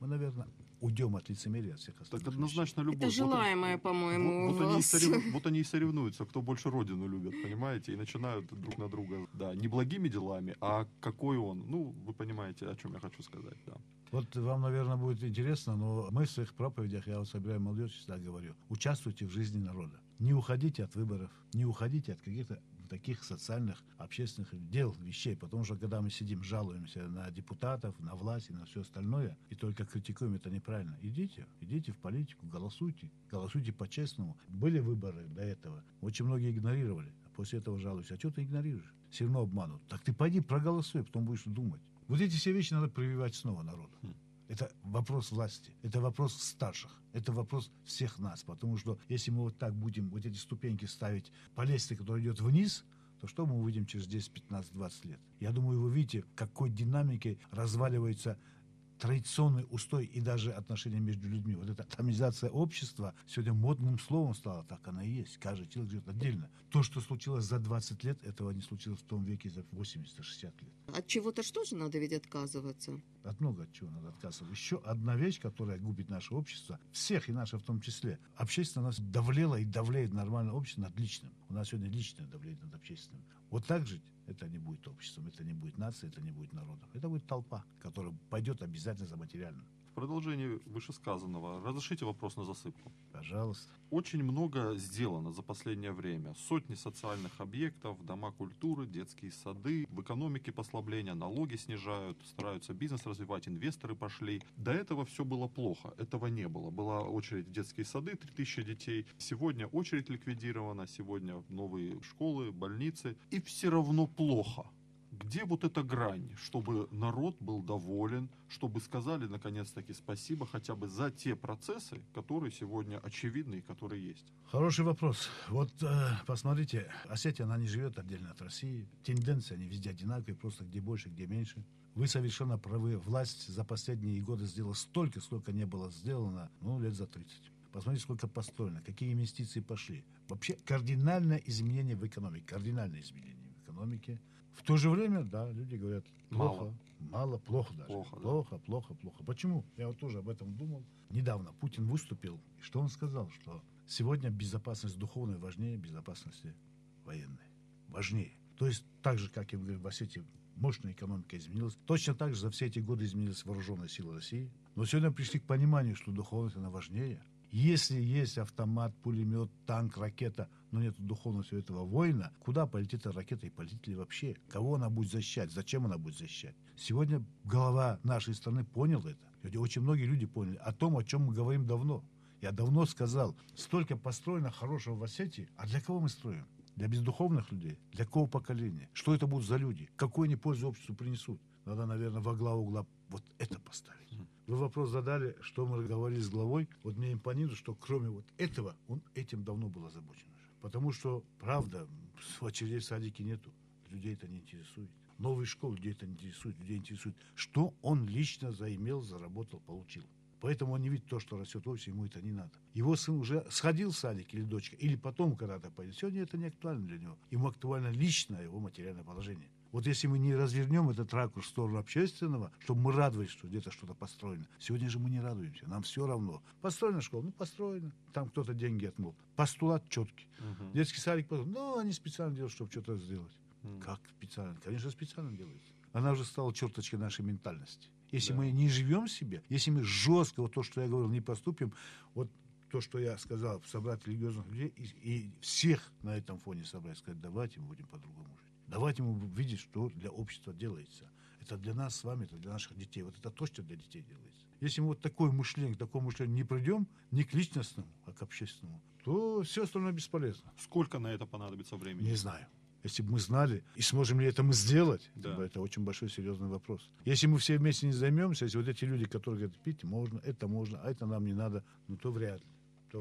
мы, наверное, уйдем от лицемерия, от всех остальных. Так однозначно любовь. Это желаемое, по-моему, Вот они и соревнуются, кто больше родину любит, понимаете, и начинают друг на друга, да, не благими делами, а какой он. Ну, вы понимаете, о чем я хочу сказать, да. Вот вам, наверное, будет интересно, но мы в своих проповедях, я вот собираю молодежь, всегда говорю, участвуйте в жизни народа. Не уходите от выборов, не уходите от каких-то таких социальных, общественных дел, вещей, потому что когда мы сидим, жалуемся на депутатов, на власть и на все остальное, и только критикуем, это неправильно. Идите в политику, голосуйте по-честному. Были выборы до этого, очень многие игнорировали, а после этого жалуются. А что ты игнорируешь? Все равно обманут. Так ты пойди проголосуй, потом будешь думать. Вот эти все вещи надо прививать снова народу. Это вопрос власти, это вопрос старших, это вопрос всех нас. Потому что если мы вот так будем вот эти ступеньки ставить по лестнице, которая идет вниз, то что мы увидим через 10, 15, 20 лет? Я думаю, вы видите, какой динамикой разваливается традиционный устой и даже отношения между людьми. Вот эта атомизация общества сегодня модным словом стала, так она и есть. Каждый человек живет отдельно. То, что случилось за 20 лет, этого не случилось в том веке за 80-60 лет. От чего-то что же надо ведь отказываться? От много от чего надо отказываться. Еще одна вещь, которая губит наше общество, всех и наше в том числе. Общество нас давлело и давляет нормальное общество над личным. У нас сегодня личное давление над общественным. Вот так жить, это не будет обществом, это не будет нацией, это не будет народом. Это будет толпа, которая пойдет обязательно за материальным. В продолжении вышесказанного разрешите вопрос на засыпку. Пожалуйста. Очень много сделано за последнее время. Сотни социальных объектов, дома культуры, детские сады. В экономике послабления, налоги снижают, стараются бизнес развивать, инвесторы пошли. До этого все было плохо, этого не было. Была очередь в детские сады, 3000 детей. Сегодня очередь ликвидирована, сегодня новые школы, больницы. И все равно плохо. Где вот эта грань, чтобы народ был доволен, чтобы сказали наконец-таки спасибо хотя бы за те процессы, которые сегодня очевидны и которые есть? Хороший вопрос. Вот посмотрите, Осетия, она не живет отдельно от России. Тенденции, они везде одинаковые, просто где больше, где меньше. Вы совершенно правы. Власть за последние годы сделала столько, сколько не было сделано, лет за 30. Посмотрите, сколько построено, какие инвестиции пошли. Вообще кардинальное изменение в экономике. Кардинальное изменение в экономике. В то же время, да, люди говорят, плохо, мало, плохо даже. Плохо. Почему? Я вот тоже об этом думал. Недавно Путин выступил, и что он сказал? Что сегодня безопасность духовная важнее безопасности военной. Важнее. То есть так же, как и в Осетии, мощная экономика изменилась. Точно так же за все эти годы изменились вооруженные силы России. Но сегодня пришли к пониманию, что духовность, она важнее. Если есть автомат, пулемет, танк, ракета, но нет духовности у этого воина, куда полетит эта ракета и полетит ли вообще? Кого она будет защищать? Зачем она будет защищать? Сегодня голова нашей страны понял это. Очень многие люди поняли о том, о чем мы говорим давно. Я давно сказал, столько построено хорошего в Осетии, а для кого мы строим? Для бездуховных людей? Для какого поколения? Что это будут за люди? Какую они пользу обществу принесут? Надо, наверное, во главу угла вот это поставить. Вы вопрос задали, что мы говорили с главой. Вот мне импонирует, что кроме вот этого, он этим давно был озабочен уже. Потому что, правда, очередей в садике нету. Людей это не интересует. Новые школы людей это не интересует. Людей интересует, что он лично заимел, заработал, получил. Поэтому он не видит то, что растет вовсе, ему это не надо. Его сын уже сходил в садик или дочка, или потом когда-то пойдет. Сегодня это не актуально для него. Ему актуально личное его материальное положение. Вот если мы не развернем этот ракурс в сторону общественного, чтобы мы радовались, что где-то что-то построено. Сегодня же мы не радуемся, нам все равно. Построена школа, построена. Там кто-то деньги отмыл. Постулат четкий. Детский садик, они специально делают, чтобы что-то сделать. Как специально? Конечно, специально делается. Она уже стала черточкой нашей ментальности. Если мы не живем в себе, если мы жестко, вот то, что я говорил, не поступим, вот то, что я сказал, собрать религиозных людей и всех на этом фоне собрать, сказать, давайте мы будем по-другому жить. Давайте ему видеть, что для общества делается. Это для нас с вами, это для наших детей. Вот это то, что для детей делается. Если мы вот к такому мышлению не придем, не к личностному, а к общественному, то все остальное бесполезно. Сколько на это понадобится времени? Не знаю. Если бы мы знали, и сможем ли это мы сделать, это очень большой серьезный вопрос. Если мы все вместе не займемся, если вот эти люди, которые говорят, пить можно, а это нам не надо, то вряд ли.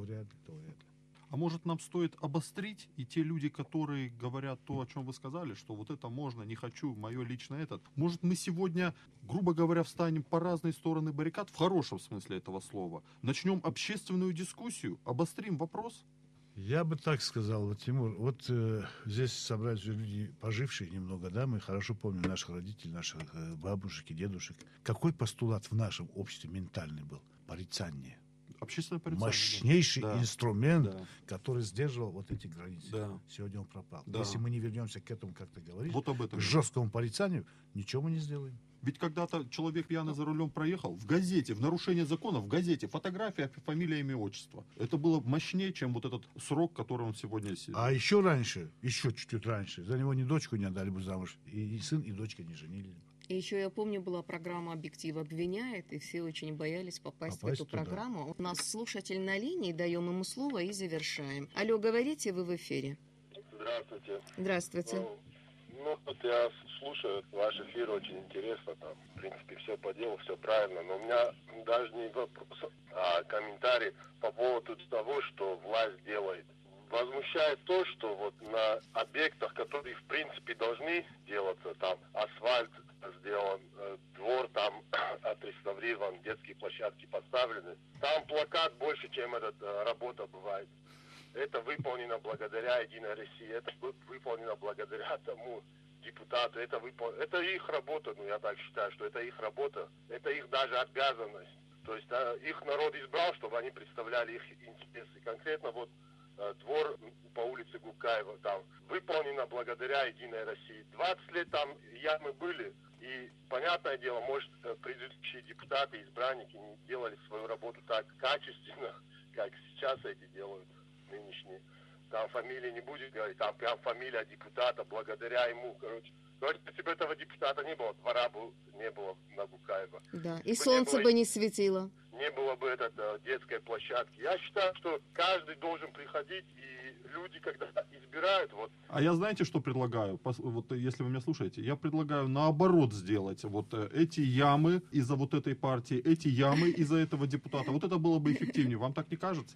А может, нам стоит обострить, и те люди, которые говорят то, о чем вы сказали, что вот это можно, не хочу, мое лично этот. Может, мы сегодня, грубо говоря, встанем по разные стороны баррикад, в хорошем смысле этого слова, начнем общественную дискуссию, обострим вопрос? Я бы так сказал, вот, Тимур, здесь собрались люди, пожившие немного, да, мы хорошо помним наших родителей, наших бабушек и дедушек. Какой постулат в нашем обществе ментальный был? Порицание. Общественное порицание. Мощнейший инструмент, да, который сдерживал вот эти границы. Да. Сегодня он пропал. Да. Если мы не вернемся к этому, как ты говоришь, вот об этом. к жесткому порицанию, ничего мы не сделаем. Ведь когда-то человек пьяный за рулем проехал, в газете, в нарушение закона, в газете, фотография, фамилия, имя, отчество. Это было мощнее, чем вот этот срок, который он сегодня сидит. А еще раньше, еще чуть-чуть раньше, за него ни дочку не отдали бы замуж, и сын, и дочка не женили. И еще я помню, была программа «Объектив обвиняет», и все очень боялись попасть в эту туда. программу. У нас слушатель на линии, даем ему слово и завершаем. Алло, говорите, вы в эфире. Здравствуйте. Здравствуйте. Вот я слушаю ваш эфир, очень интересно, там, в принципе, все по делу, все правильно, но у меня даже не вопрос, а комментарий по поводу того, что власть делает. Возмущает то, что вот на объектах, которые, в принципе, должны делаться, там, асфальт сделан, двор там отреставрирован, детские площадки поставлены, там плакат больше, чем эта работа бывает. Это выполнено благодаря Единой России, это выполнено благодаря тому депутату, это их работа, я так считаю, что это их работа, это их даже обязанность. То есть их народ избрал, чтобы они представляли их интересы. Конкретно двор по улице Гукаева там выполнено благодаря Единой России. 20 лет там ямы были, и, понятное дело, может, предыдущие депутаты, избранники не делали свою работу так качественно, как сейчас эти делают. Нынешние. Там фамилии не будет говорить, там прям фамилия депутата, благодаря ему, если бы этого депутата не было, двора бы не было на Гукаева. Да, и солнце бы не светило. Не было бы детской площадки. Я считаю, что каждый должен приходить, и люди, когда избирают... А я знаете, что предлагаю? Если вы меня слушаете, я предлагаю наоборот сделать эти ямы из-за этой партии, эти ямы из-за этого депутата. Вот это было бы эффективнее. Вам так не кажется?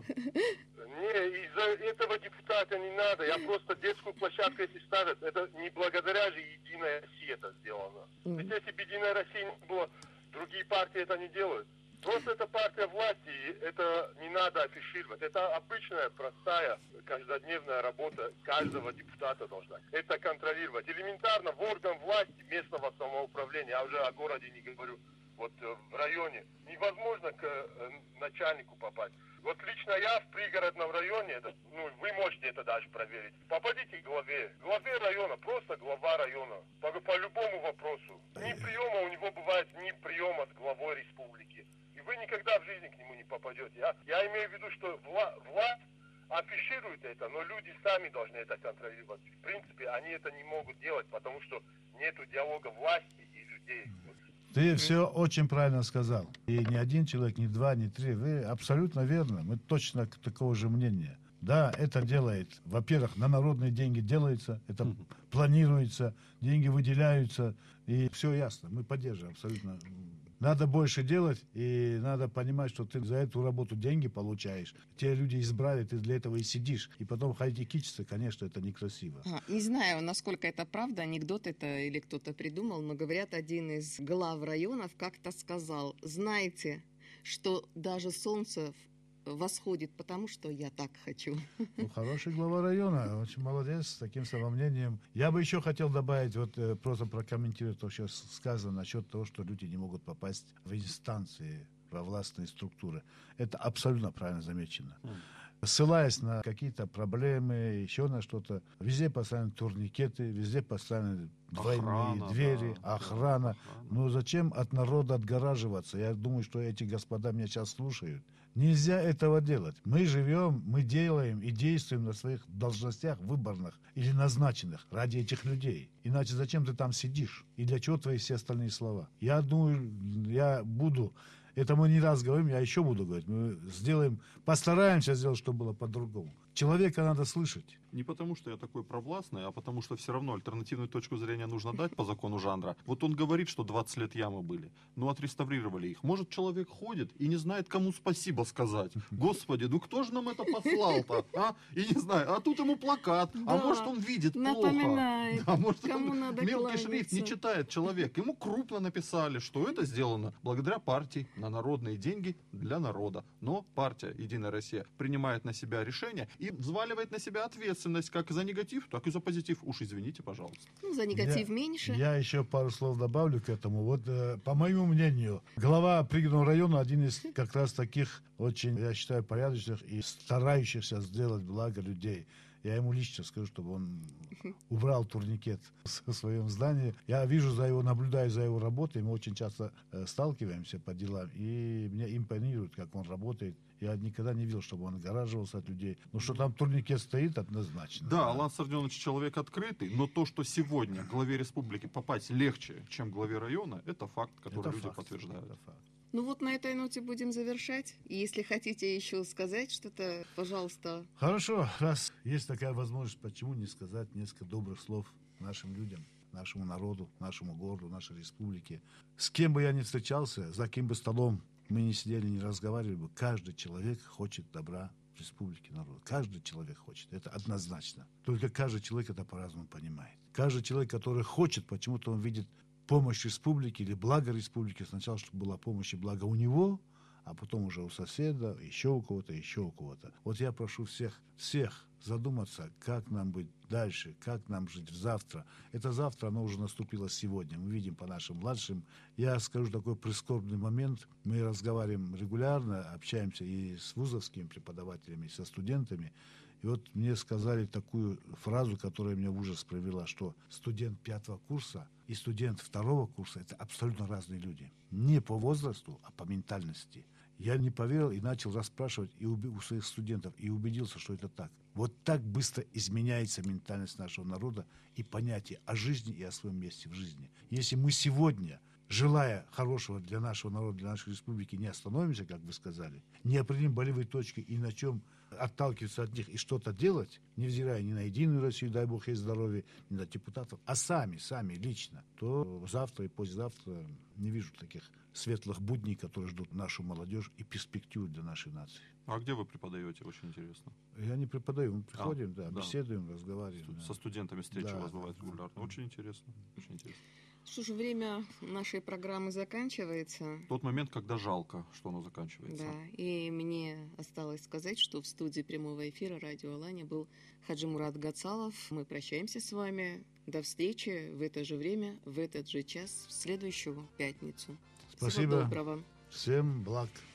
Не, из-за этого депутата не надо. Я просто детскую площадку, если ставят, это не благодаря же Единой России это сделано. Ведь если бы Единая Россия не было, другие партии это не делают. Просто это партия власти, это не надо афишировать. Это обычная, простая, каждодневная работа каждого депутата должна. Это контролировать. Элементарно в орган власти местного самоуправления, я уже о городе не говорю, в районе, невозможно к начальнику попасть. Лично я в пригородном районе, вы можете это даже проверить. Попадите к главе района, просто глава района, по любому вопросу. Ни приема у него бывает, ни приема с главой республики. И вы никогда в жизни к нему не попадете. Я имею в виду, что власть афиширует это, но люди сами должны это контролировать. В принципе, они это не могут делать, потому что нету диалога власти и людей. Ты все очень правильно сказал. И ни один человек, ни два, ни три. Вы абсолютно верно. Мы точно такого же мнения. Да, это делает, во-первых, на народные деньги делается, это планируется, деньги выделяются, и все ясно. Мы поддерживаем абсолютно. Надо больше делать, и надо понимать, что ты за эту работу деньги получаешь. Те люди избрали, ты для этого и сидишь. И потом ходить и кичиться, конечно, это некрасиво. Не знаю, насколько это правда, анекдот это или кто-то придумал, но говорят, один из глав районов как-то сказал: знаете, что даже солнце восходит, потому что я так хочу. Хороший глава района, очень молодец, с таким самомнением. Я бы еще хотел добавить, просто прокомментировать то, что сказано насчет того, что люди не могут попасть в инстанции, во властные структуры. Это абсолютно правильно замечено. Ссылаясь на какие-то проблемы, еще на что-то, везде поставлены турникеты, везде поставлены двойные двери, охрана. Но зачем от народа отгораживаться? Я думаю, что эти господа меня сейчас слушают. Нельзя этого делать. Мы живем, мы делаем и действуем на своих должностях выборных или назначенных ради этих людей. Иначе зачем ты там сидишь? И для чего твои все остальные слова? Я думаю, это мы не раз говорим, я еще буду говорить. Мы постараемся сделать, чтобы было по-другому. Человека надо слышать. Не потому, что я такой провластный, а потому, что все равно альтернативную точку зрения нужно дать по закону жанра. Он говорит, что 20 лет ямы были, но отреставрировали их. Может, человек ходит и не знает, кому спасибо сказать. Господи, кто же нам это послал-то? И не знаю, а тут ему плакат, а может, он видит плохо. Напоминает, а может, кому надо мелкий шрифт не читает человек. Ему крупно написали, что это сделано благодаря партии на народные деньги для народа. Но партия «Единая Россия» принимает на себя решение, и взваливает на себя ответственность как за негатив, так и за позитив. Уж извините, пожалуйста. Ну, за негатив меньше. Я еще пару слов добавлю к этому. Вот, по моему мнению, глава пригородного района один из как раз таких очень, я считаю, порядочных и старающихся сделать благо людей. Я ему лично скажу, чтобы он убрал турникет в своем здании. Я вижу наблюдаю за его работой, мы очень часто сталкиваемся по делам, и мне импонирует, как он работает. Я никогда не видел, чтобы он огораживался от людей. Но что там турникет стоит, однозначно. Да, Алан Сарденович человек открытый, но то, что сегодня главе республики попасть легче, чем главе района, это факт, который люди подтверждают. Это факт. Ну вот на этой ноте будем завершать. И если хотите еще сказать что-то, пожалуйста. Хорошо, раз есть такая возможность, почему не сказать несколько добрых слов нашим людям, нашему народу, нашему городу, нашей республике. С кем бы я ни встречался, за каким бы столом мы не сидели, не разговаривали бы, каждый человек хочет добра в республике народу. Каждый человек хочет, это однозначно. Только каждый человек это по-разному понимает. Каждый человек, который хочет, почему-то он видит помощь республики или благо республики, сначала, чтобы была помощь и благо у него, а потом уже у соседа, еще у кого-то, еще у кого-то. Вот я прошу всех задуматься, как нам быть дальше, как нам жить завтра. Это завтра, оно уже наступило сегодня. Мы видим по нашим младшим. Я скажу такой прискорбный момент. Мы разговариваем регулярно, общаемся и с вузовскими преподавателями, и со студентами. И вот мне сказали такую фразу, которая меня в ужас привела, что студент 5-го курса и студент 2-го курса – это абсолютно разные люди. Не по возрасту, а по ментальности. Я не поверил и начал расспрашивать у своих студентов и убедился, что это так. Вот так быстро изменяется ментальность нашего народа и понятие о жизни и о своем месте в жизни. Если мы сегодня, желая хорошего для нашего народа, для нашей республики, не остановимся, как вы сказали, не определим болевые точки и на чем отталкиваться от них и что-то делать, невзирая ни на Единую Россию, дай бог ей здоровья, ни на депутатов, а сами лично, то завтра и послезавтра не вижу таких светлых будней, которые ждут нашу молодежь и перспективу для нашей нации. А где вы преподаете? Очень интересно. Я не преподаю, мы приходим, беседуем, разговариваем. Со студентами встречи у вас бывает регулярно. Очень интересно. Очень интересно. Что же, время нашей программы заканчивается. Тот момент, когда жалко, что оно заканчивается. Да, и мне осталось сказать, что в студии прямого эфира радио Алания был Хаджимурат Гацалов. Мы прощаемся с вами. До встречи в это же время, в этот же час, в следующую пятницу. Спасибо. Всего доброго. Всем благ.